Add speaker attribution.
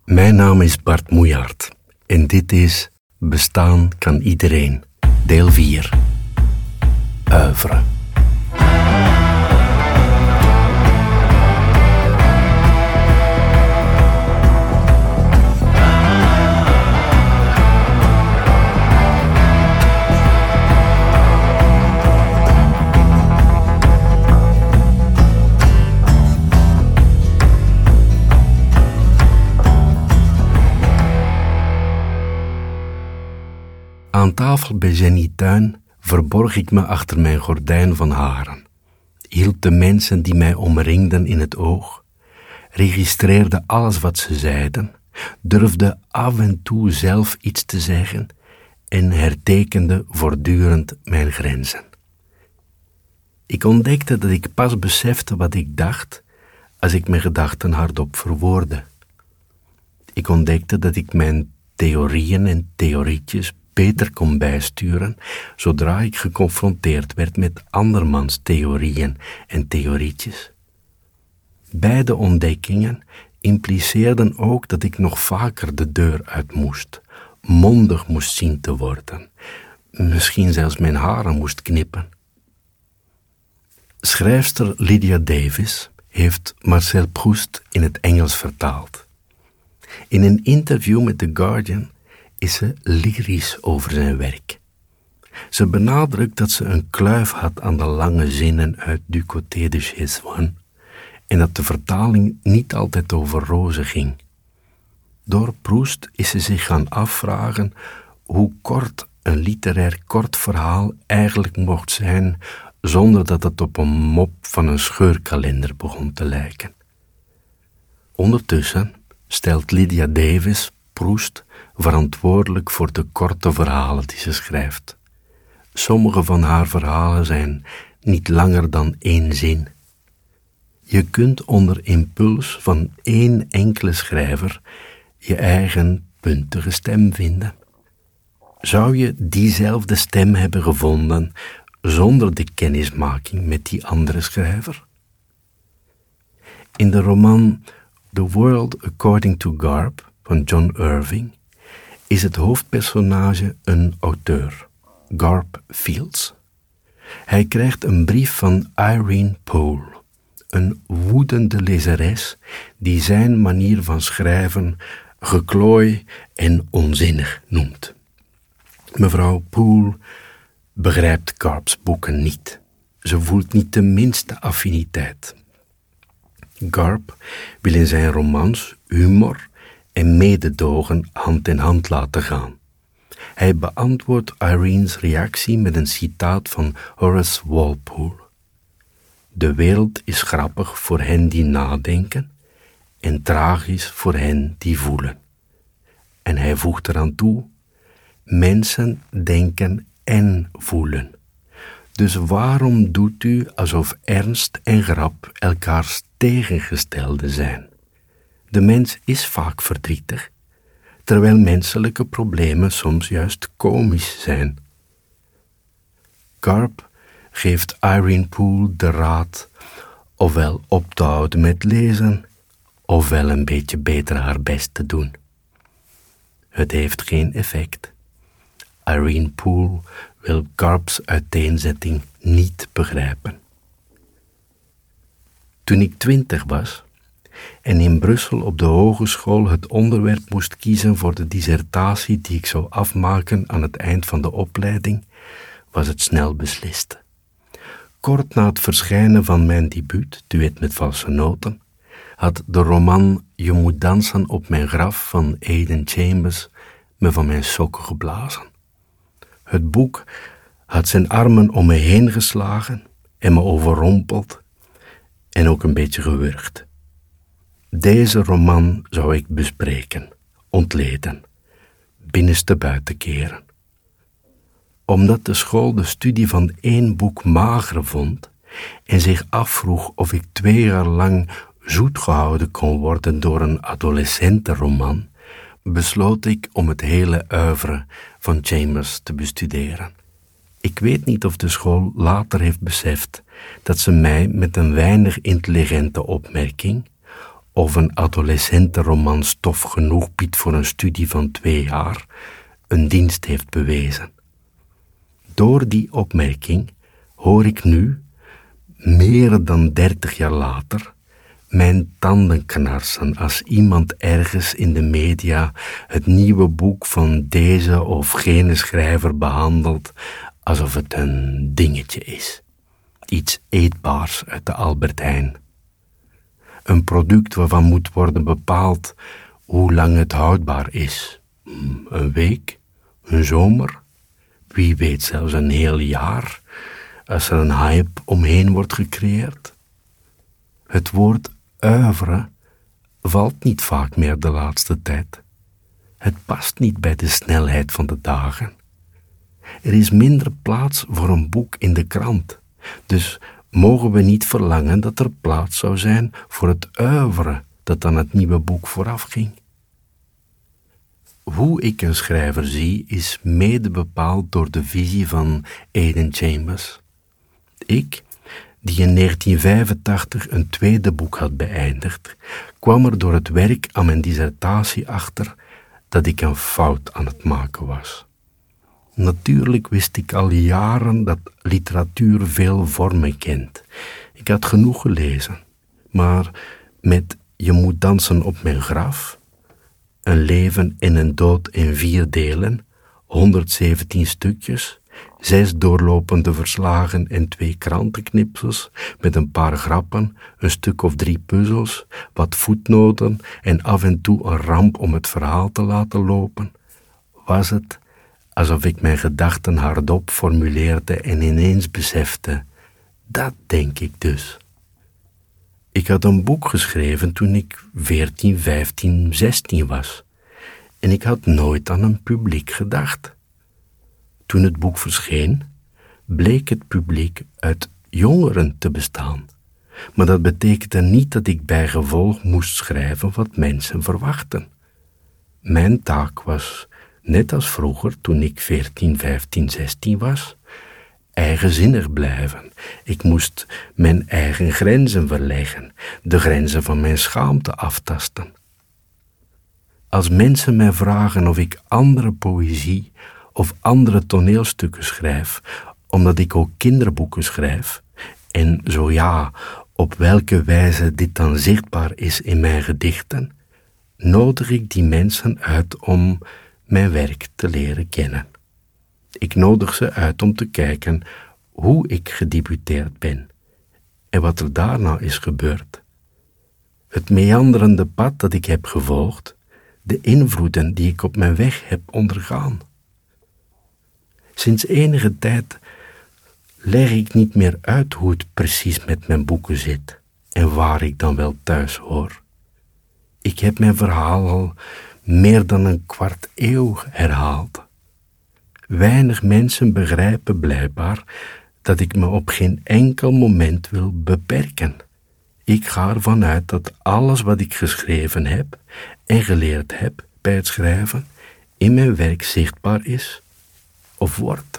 Speaker 1: Mijn naam is Bart Moejaert en dit is Bestaan kan iedereen, deel 4. Oeuvre. Aan tafel bij Jenny Tuin verborg ik me achter mijn gordijn van haren, hield de mensen die mij omringden in het oog, registreerde alles wat ze zeiden, durfde af en toe zelf iets te zeggen en hertekende voortdurend mijn grenzen. Ik ontdekte dat ik pas besefte wat ik dacht als ik mijn gedachten hardop verwoordde. Ik ontdekte dat ik mijn theorieën en theorietjes beter kon bijsturen zodra ik geconfronteerd werd met andermans theorieën en theorietjes. Beide ontdekkingen impliceerden ook dat ik nog vaker de deur uit moest, mondig moest zien te worden, misschien zelfs mijn haren moest knippen. Schrijfster Lydia Davis heeft Marcel Proust in het Engels vertaald. In een interview met The Guardian is ze lyrisch over zijn werk. Ze benadrukt dat ze een kluif had aan de lange zinnen uit Du côté de chez Swann en dat de vertaling niet altijd over rozen ging. Door Proust is ze zich gaan afvragen hoe kort een literair kort verhaal eigenlijk mocht zijn zonder dat het op een mop van een scheurkalender begon te lijken. Ondertussen stelt Lydia Davis Proust verantwoordelijk voor de korte verhalen die ze schrijft. Sommige van haar verhalen zijn niet langer dan 1 zin. Je kunt onder impuls van 1 enkele schrijver je eigen puntige stem vinden. Zou je diezelfde stem hebben gevonden zonder de kennismaking met die andere schrijver? In de roman The World According to Garp van John Irving is het hoofdpersonage een auteur, Garp Fields. Hij krijgt een brief van Irene Poole, een woedende lezeres die zijn manier van schrijven geklooi en onzinnig noemt. Mevrouw Poole begrijpt Garps boeken niet. Ze voelt niet de minste affiniteit. Garp wil in zijn romans humor en mededogen hand in hand laten gaan. Hij beantwoordt Irene's reactie met een citaat van Horace Walpole. De wereld is grappig voor hen die nadenken en tragisch voor hen die voelen. En hij voegt eraan toe, mensen denken en voelen. Dus waarom doet u alsof ernst en grap elkaars tegengestelde zijn? De mens is vaak verdrietig, terwijl menselijke problemen soms juist komisch zijn. Garp geeft Irene Poole de raad ofwel op te houden met lezen, ofwel een beetje beter haar best te doen. Het heeft geen effect. Irene Poole wil Garps uiteenzetting niet begrijpen. Toen ik 20 was en in Brussel op de hogeschool het onderwerp moest kiezen voor de dissertatie die ik zou afmaken aan het eind van de opleiding, was het snel beslist. Kort na het verschijnen van mijn debuut, Duet met valse noten, had de roman Je moet dansen op mijn graf van Aidan Chambers me van mijn sokken geblazen. Het boek had zijn armen om me heen geslagen en me overrompeld en ook een beetje gewurgd. Deze roman zou ik bespreken, ontleden, binnenste buiten keren. Omdat de school de studie van 1 boek mager vond en zich afvroeg of ik 2 jaar lang zoet gehouden kon worden door een adolescentenroman, besloot ik om het hele oeuvre van Chambers te bestuderen. Ik weet niet of de school later heeft beseft dat ze mij met een weinig intelligente opmerking of een adolescentenroman stof genoeg biedt voor een studie van 2 jaar, een dienst heeft bewezen. Door die opmerking hoor ik nu, meer dan 30 jaar later, mijn tanden knarsen als iemand ergens in de media het nieuwe boek van deze of gene schrijver behandelt alsof het een dingetje is. Iets eetbaars uit de Albert Heijn. Een product waarvan moet worden bepaald hoe lang het houdbaar is. Een week, een zomer, wie weet zelfs een heel jaar, als er een hype omheen wordt gecreëerd. Het woord oeuvre valt niet vaak meer de laatste tijd. Het past niet bij de snelheid van de dagen. Er is minder plaats voor een boek in de krant, dus mogen we niet verlangen dat er plaats zou zijn voor het oeuvre dat aan het nieuwe boek voorafging. Hoe ik een schrijver zie is mede bepaald door de visie van Aidan Chambers. Ik, die in 1985 een tweede boek had beëindigd, kwam er door het werk aan mijn dissertatie achter dat ik een fout aan het maken was. Natuurlijk wist ik al jaren dat literatuur veel vormen kent. Ik had genoeg gelezen, maar met Je moet dansen op mijn graf, Een leven en een dood in 4 delen, 117 stukjes, 6 doorlopende verslagen en 2 krantenknipsels met een paar grappen, een stuk of 3 puzzels, wat voetnoten en af en toe een ramp om het verhaal te laten lopen, was het alsof ik mijn gedachten hardop formuleerde en ineens besefte, dat denk ik dus. Ik had een boek geschreven toen ik 14, 15, 16 was en ik had nooit aan een publiek gedacht. Toen het boek verscheen, bleek het publiek uit jongeren te bestaan. Maar dat betekende niet dat ik bijgevolg moest schrijven wat mensen verwachten. Mijn taak was, net als vroeger toen ik 14, 15, 16 was, eigenzinnig blijven. Ik moest mijn eigen grenzen verleggen, de grenzen van mijn schaamte aftasten. Als mensen mij vragen of ik andere poëzie of andere toneelstukken schrijf, omdat ik ook kinderboeken schrijf, en zo ja, op welke wijze dit dan zichtbaar is in mijn gedichten, nodig ik die mensen uit om mijn werk te leren kennen. Ik nodig ze uit om te kijken hoe ik gedebuteerd ben en wat er daarna is gebeurd. Het meanderende pad dat ik heb gevolgd, de invloeden die ik op mijn weg heb ondergaan. Sinds enige tijd leg ik niet meer uit hoe het precies met mijn boeken zit en waar ik dan wel thuis hoor. Ik heb mijn verhaal al meer dan een kwart eeuw herhaald. Weinig mensen begrijpen blijkbaar dat ik me op geen enkel moment wil beperken. Ik ga ervan uit dat alles wat ik geschreven heb en geleerd heb bij het schrijven in mijn werk zichtbaar is of wordt.